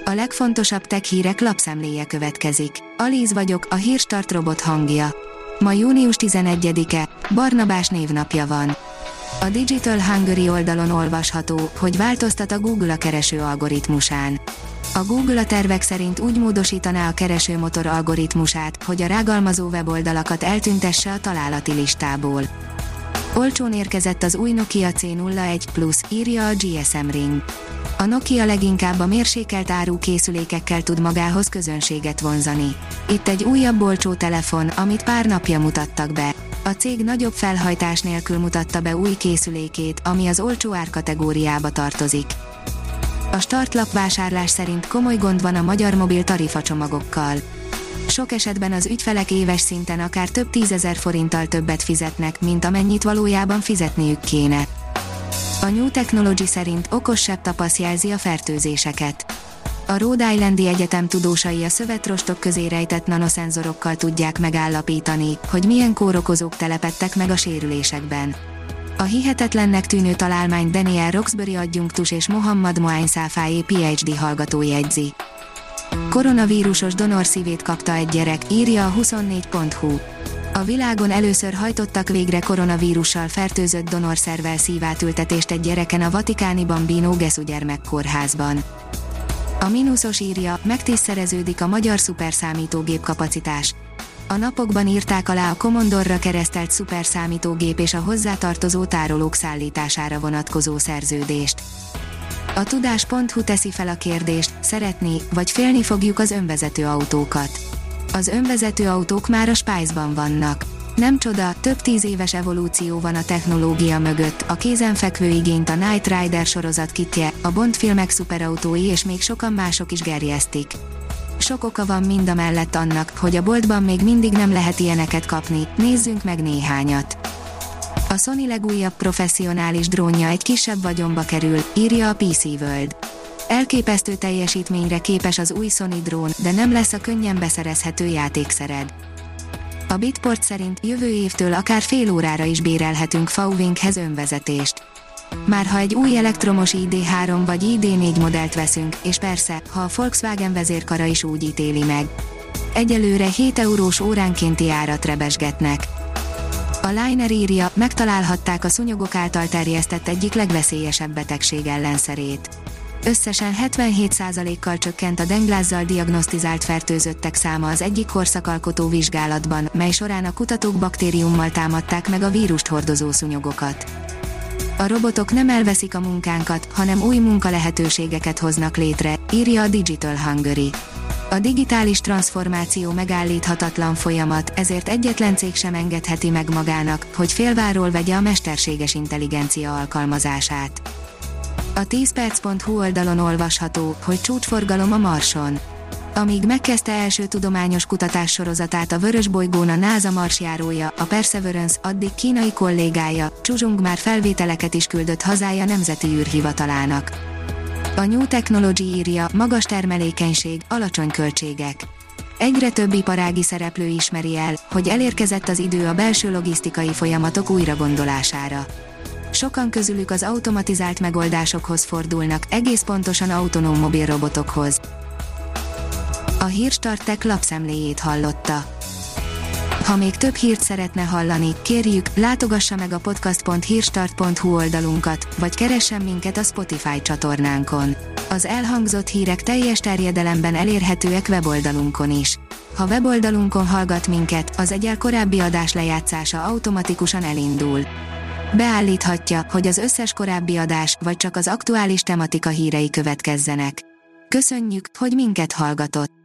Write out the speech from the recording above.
A legfontosabb tech hírek lapszemléje következik. Alíz vagyok, a Hírstart robot hangja. Ma június 11-e, Barnabás névnapja van. A Digital Hungary oldalon olvasható, hogy változtat a Google a kereső algoritmusán. A Google a tervek szerint úgy módosítaná a keresőmotor algoritmusát, hogy a rágalmazó weboldalakat eltüntesse a találati listából. Olcsón érkezett az új Nokia C01 Plus, írja a GSM Ring. A Nokia leginkább a mérsékelt áru készülékekkel tud magához közönséget vonzani. Itt egy újabb olcsó telefon, amit pár napja mutattak be. A cég nagyobb felhajtás nélkül mutatta be új készülékét, ami az olcsó árkategóriába tartozik. A startlap vásárlás szerint komoly gond van a magyar mobil tarifacsomagokkal. Sok esetben az ügyfelek éves szinten akár több 10 000 forinttal többet fizetnek, mint amennyit valójában fizetniük kéne. A New Technology szerint okosebb tapasz jelzi a fertőzéseket. A Rhode Islandi Egyetem tudósai a szövetrostok közé rejtett nanoszenzorokkal tudják megállapítani, hogy milyen kórokozók telepedtek meg a sérülésekben. A hihetetlennek tűnő találmányt Daniel Roxbury adjunktus és Mohammad Moain Szafáé PhD hallgató jegyzi. Koronavírusos donorszívét kapta egy gyerek, írja a 24.hu. A világon először hajtottak végre koronavírussal fertőzött donorszervvel szívátültetést egy gyereken a vatikáni Bambino Gesù gyermekkórházban. A mínuszos írja, megtízszereződik a magyar szuperszámítógép kapacitás. A napokban írták alá a Commodore-ra keresztelt szuperszámítógép és a hozzátartozó tárolók szállítására vonatkozó szerződést. A tudás.hu teszi fel a kérdést, szeretni vagy félni fogjuk az önvezető autókat. Az önvezető autók már a Spice-ban vannak. Nem csoda, több 10 éves evolúció van a technológia mögött, a kézenfekvő igényt a Knight Rider sorozat kitje, a Bond filmek szuperautói és még sokan mások is gerjesztik. Sok oka van mindamellett annak, hogy a boltban még mindig nem lehet ilyeneket kapni, nézzünk meg néhányat. A Sony legújabb professzionális drónja egy kisebb vagyonba kerül, írja a PC World. Elképesztő teljesítményre képes az új Sony drón, de nem lesz a könnyen beszerezhető játékszered. A Bitport szerint jövő évtől akár fél órára is bérelhetünk VW-hez önvezetést. Már ha egy új elektromos ID3 vagy ID4 modellt veszünk, és persze, ha a Volkswagen vezérkara is úgy ítéli meg. Egyelőre 7 eurós óránkénti árat rebesgetnek. A Liner írja, megtalálhatták a szúnyogok által terjesztett egyik legveszélyesebb betegség ellenszerét. Összesen 77%-kal csökkent a denglázzal diagnosztizált fertőzöttek száma az egyik korszakalkotó vizsgálatban, mely során a kutatók baktériummal támadták meg a vírust hordozó szúnyogokat. A robotok nem elveszik a munkánkat, hanem új munkalehetőségeket hoznak létre, írja a Digital Hungary. A digitális transformáció megállíthatatlan folyamat, ezért egyetlen cég sem engedheti meg magának, hogy félváról vegye a mesterséges intelligencia alkalmazását. A 10perc.hu oldalon olvasható, hogy csúcsforgalom a Marson. Amíg megkezdte első tudományos kutatás sorozatát a vörösbolygón a NASA marsjárója, a Perseverance, addig kínai kollégája, Zhu Jung már felvételeket is küldött hazája nemzeti űrhivatalának. A New Technology írja, magas termelékenység, alacsony költségek. Egyre több iparági szereplő ismeri el, hogy elérkezett az idő a belső logisztikai folyamatok újragondolására. Sokan közülük az automatizált megoldásokhoz fordulnak, egész pontosan autonóm mobilrobotokhoz. A Hírstart Tech lapszemléjét hallotta. Ha még több hírt szeretne hallani, kérjük, látogassa meg a podcast.hírstart.hu oldalunkat, vagy keressen minket a Spotify csatornánkon. Az elhangzott hírek teljes terjedelemben elérhetőek weboldalunkon is. Ha weboldalunkon hallgat minket, az egyel korábbi adás lejátszása automatikusan elindul. Beállíthatja, hogy az összes korábbi adás, vagy csak az aktuális tematika hírei következzenek. Köszönjük, hogy minket hallgatott!